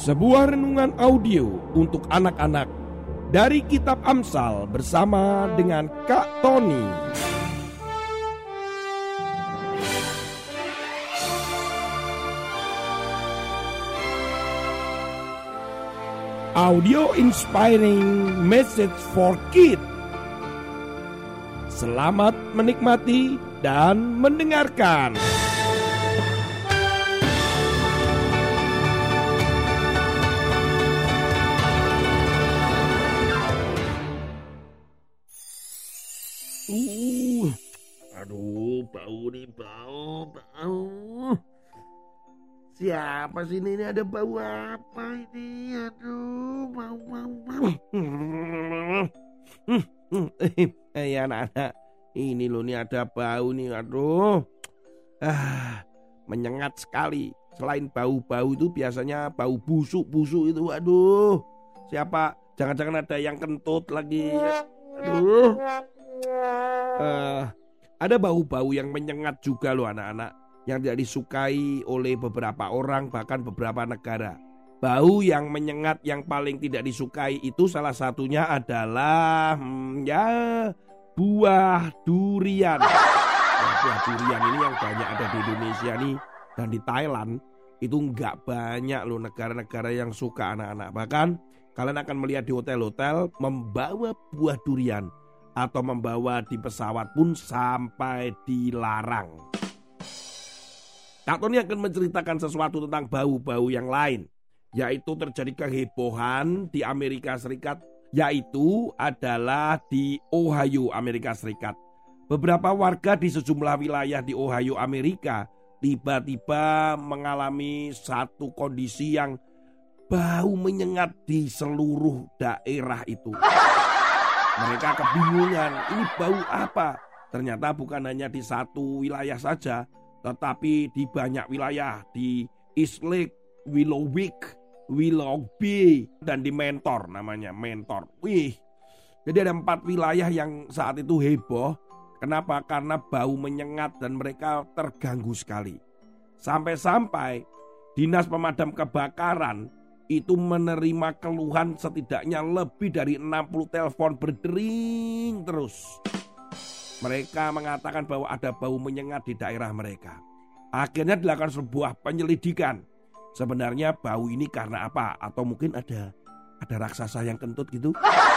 Sebuah renungan audio untuk anak-anak dari Kitab Amsal bersama dengan Kak Tony. Audio inspiring message for kids. Selamat menikmati dan mendengarkan. Aduh, bau nih, bau. Siapa sih ini ada bau apa ini? Aduh, bau. Ya anak-anak, ini loh nih ada bau nih, aduh. Menyengat sekali. Selain bau-bau itu biasanya bau busuk-busuk itu, aduh. Siapa? Jangan-jangan ada yang kentut lagi. Aduh. Ada bau-bau yang menyengat juga loh anak-anak, yang tidak disukai oleh beberapa orang bahkan beberapa negara. Bau yang menyengat yang paling tidak disukai itu salah satunya adalah buah durian. Buah durian ini yang banyak ada di Indonesia nih dan di Thailand itu nggak banyak loh negara-negara yang suka anak-anak. Bahkan kalian akan melihat di hotel-hotel membawa buah durian atau membawa di pesawat pun sampai dilarang. Kak Tony akan menceritakan sesuatu tentang bau-bau yang lain, yaitu terjadi kehebohan di Amerika Serikat, yaitu adalah di Ohio, Amerika Serikat. Beberapa warga di sejumlah wilayah di Ohio, Amerika, tiba-tiba mengalami satu kondisi yang bau menyengat di seluruh daerah itu. Mereka kebingungan, ini bau apa? Ternyata bukan hanya di satu wilayah saja, tetapi di banyak wilayah, di East Lake, Willoughby, dan di Mentor namanya, Mentor. Jadi ada 4 wilayah yang saat itu heboh. Kenapa? Karena bau menyengat dan mereka terganggu sekali. Sampai-sampai Dinas Pemadam Kebakaran itu menerima keluhan setidaknya lebih dari 60 telepon berdering terus. Mereka mengatakan bahwa ada bau menyengat di daerah mereka. Akhirnya dilakukan sebuah penyelidikan. Sebenarnya bau ini karena apa? Atau mungkin ada raksasa yang kentut gitu?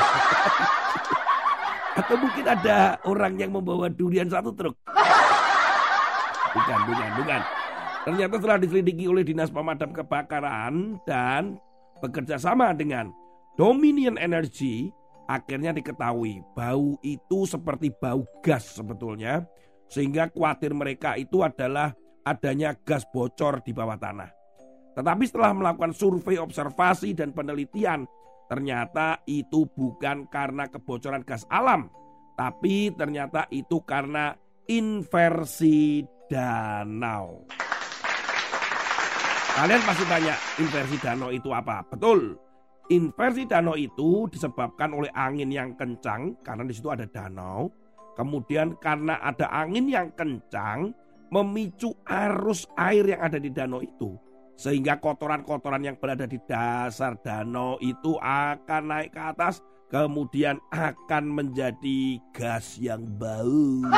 Atau mungkin ada orang yang membawa durian satu truk? Bukan. Ternyata setelah diselidiki oleh Dinas Pemadam Kebakaran dan bekerja sama dengan Dominion Energy, akhirnya diketahui bau itu seperti bau gas sebetulnya, sehingga khawatir mereka itu adalah adanya gas bocor di bawah tanah. Tetapi setelah melakukan survei observasi dan penelitian, ternyata itu bukan karena kebocoran gas alam, tapi ternyata itu karena inversi danau. Kalian pasti tanya, inversi danau itu apa? Betul, inversi danau itu disebabkan oleh angin yang kencang, karena di situ ada danau. Kemudian karena ada angin yang kencang, memicu arus air yang ada di danau itu. Sehingga kotoran-kotoran yang berada di dasar danau itu akan naik ke atas, kemudian akan menjadi gas yang bau.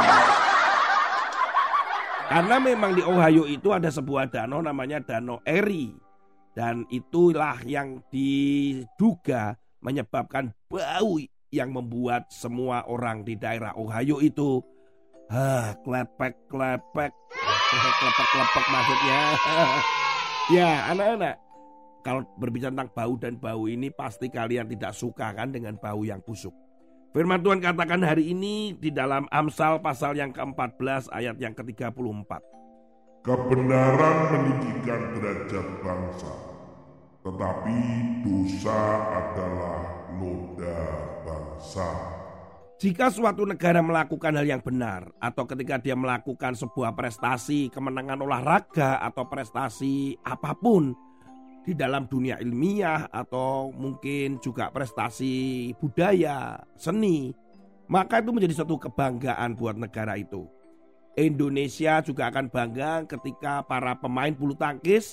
Karena memang di Ohio itu ada sebuah danau namanya Danau Erie. Dan itulah yang diduga menyebabkan bau yang membuat semua orang di daerah Ohio itu klepek maksudnya. Ya anak-anak, kalau berbicara tentang bau dan bau ini pasti kalian tidak suka kan dengan bau yang busuk. Firman Tuhan katakan hari ini di dalam Amsal pasal yang ke-14 ayat yang ke-34. Kebenaran meninggikan derajat bangsa, tetapi dosa adalah noda bangsa. Jika suatu negara melakukan hal yang benar, atau ketika dia melakukan sebuah prestasi, kemenangan olahraga atau prestasi apapun di dalam dunia ilmiah atau mungkin juga prestasi budaya, seni, maka itu menjadi suatu kebanggaan buat negara itu. Indonesia juga akan bangga ketika para pemain bulu tangkis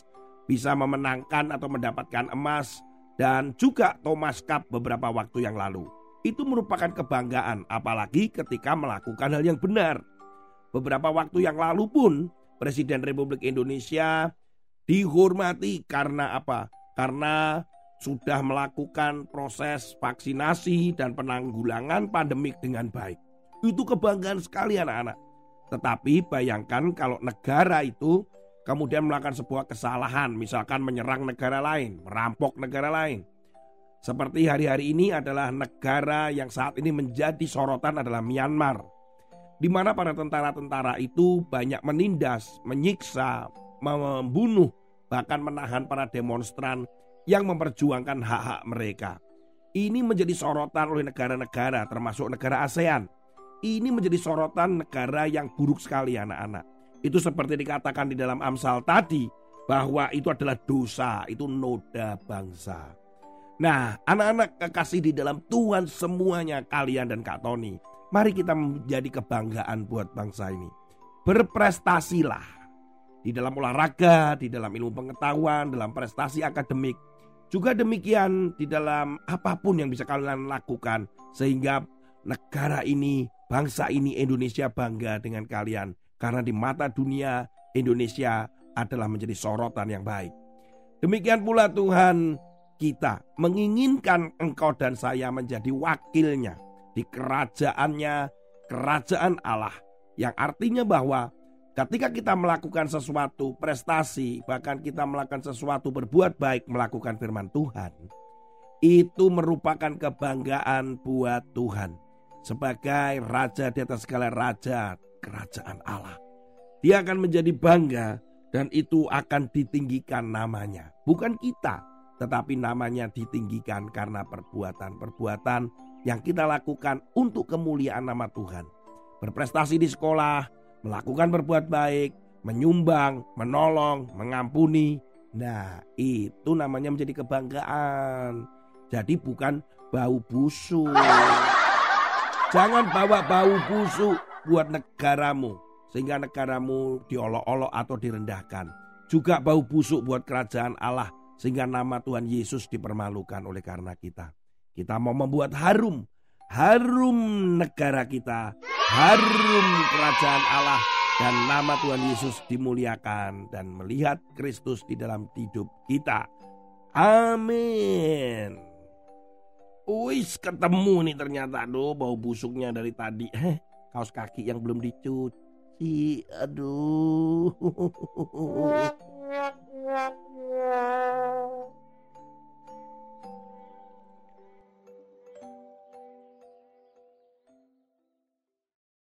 bisa memenangkan atau mendapatkan emas dan juga Thomas Cup beberapa waktu yang lalu. Itu merupakan kebanggaan, apalagi ketika melakukan hal yang benar. Beberapa waktu yang lalu pun Presiden Republik Indonesia dihormati karena apa? Karena sudah melakukan proses vaksinasi dan penanggulangan pandemik dengan baik. Itu kebanggaan sekali anak-anak. Tetapi bayangkan kalau negara itu kemudian melakukan sebuah kesalahan, misalkan menyerang negara lain, merampok negara lain. Seperti hari-hari ini adalah negara yang saat ini menjadi sorotan adalah Myanmar, di mana para tentara-tentara itu banyak menindas, menyiksa, membunuh, bahkan menahan para demonstran yang memperjuangkan hak-hak mereka. Ini menjadi sorotan oleh negara-negara termasuk negara ASEAN. Ini menjadi sorotan negara yang buruk sekali anak-anak. Itu seperti dikatakan di dalam Amsal tadi, bahwa itu adalah dosa, itu noda bangsa. Nah, anak-anak kekasih di dalam Tuhan semuanya, kalian dan Kak Tony, mari kita menjadi kebanggaan buat bangsa ini. Berprestasilah di dalam olahraga, di dalam ilmu pengetahuan, dalam prestasi akademik. Juga demikian di dalam apapun yang bisa kalian lakukan, sehingga negara ini, bangsa ini, Indonesia bangga dengan kalian. Karena di mata dunia, Indonesia adalah menjadi sorotan yang baik. Demikian pula Tuhan kita menginginkan engkau dan saya menjadi wakilnya di kerajaannya, kerajaan Allah. Yang artinya bahwa ketika kita melakukan sesuatu prestasi, bahkan kita melakukan sesuatu berbuat baik, melakukan firman Tuhan, itu merupakan kebanggaan buat Tuhan. Sebagai raja di atas segala raja, kerajaan Allah, dia akan menjadi bangga dan itu akan ditinggikan namanya. Bukan kita, tetapi namanya ditinggikan karena perbuatan-perbuatan yang kita lakukan untuk kemuliaan nama Tuhan. Berprestasi di sekolah, melakukan berbuat baik, menyumbang, menolong, mengampuni. Nah, itu namanya menjadi kebanggaan. Jadi bukan bau busuk. Jangan bawa bau busuk buat negaramu, sehingga negaramu diolok-olok atau direndahkan. Juga bau busuk buat kerajaan Allah, sehingga nama Tuhan Yesus dipermalukan oleh karena kita. Kita mau membuat harum negara kita, harum kerajaan Allah, dan nama Tuhan Yesus dimuliakan dan melihat Kristus di dalam hidup kita. Amin. Wis ketemu nih ternyata, aduh bau busuknya dari tadi. Kaos kaki yang belum dicuci, aduh.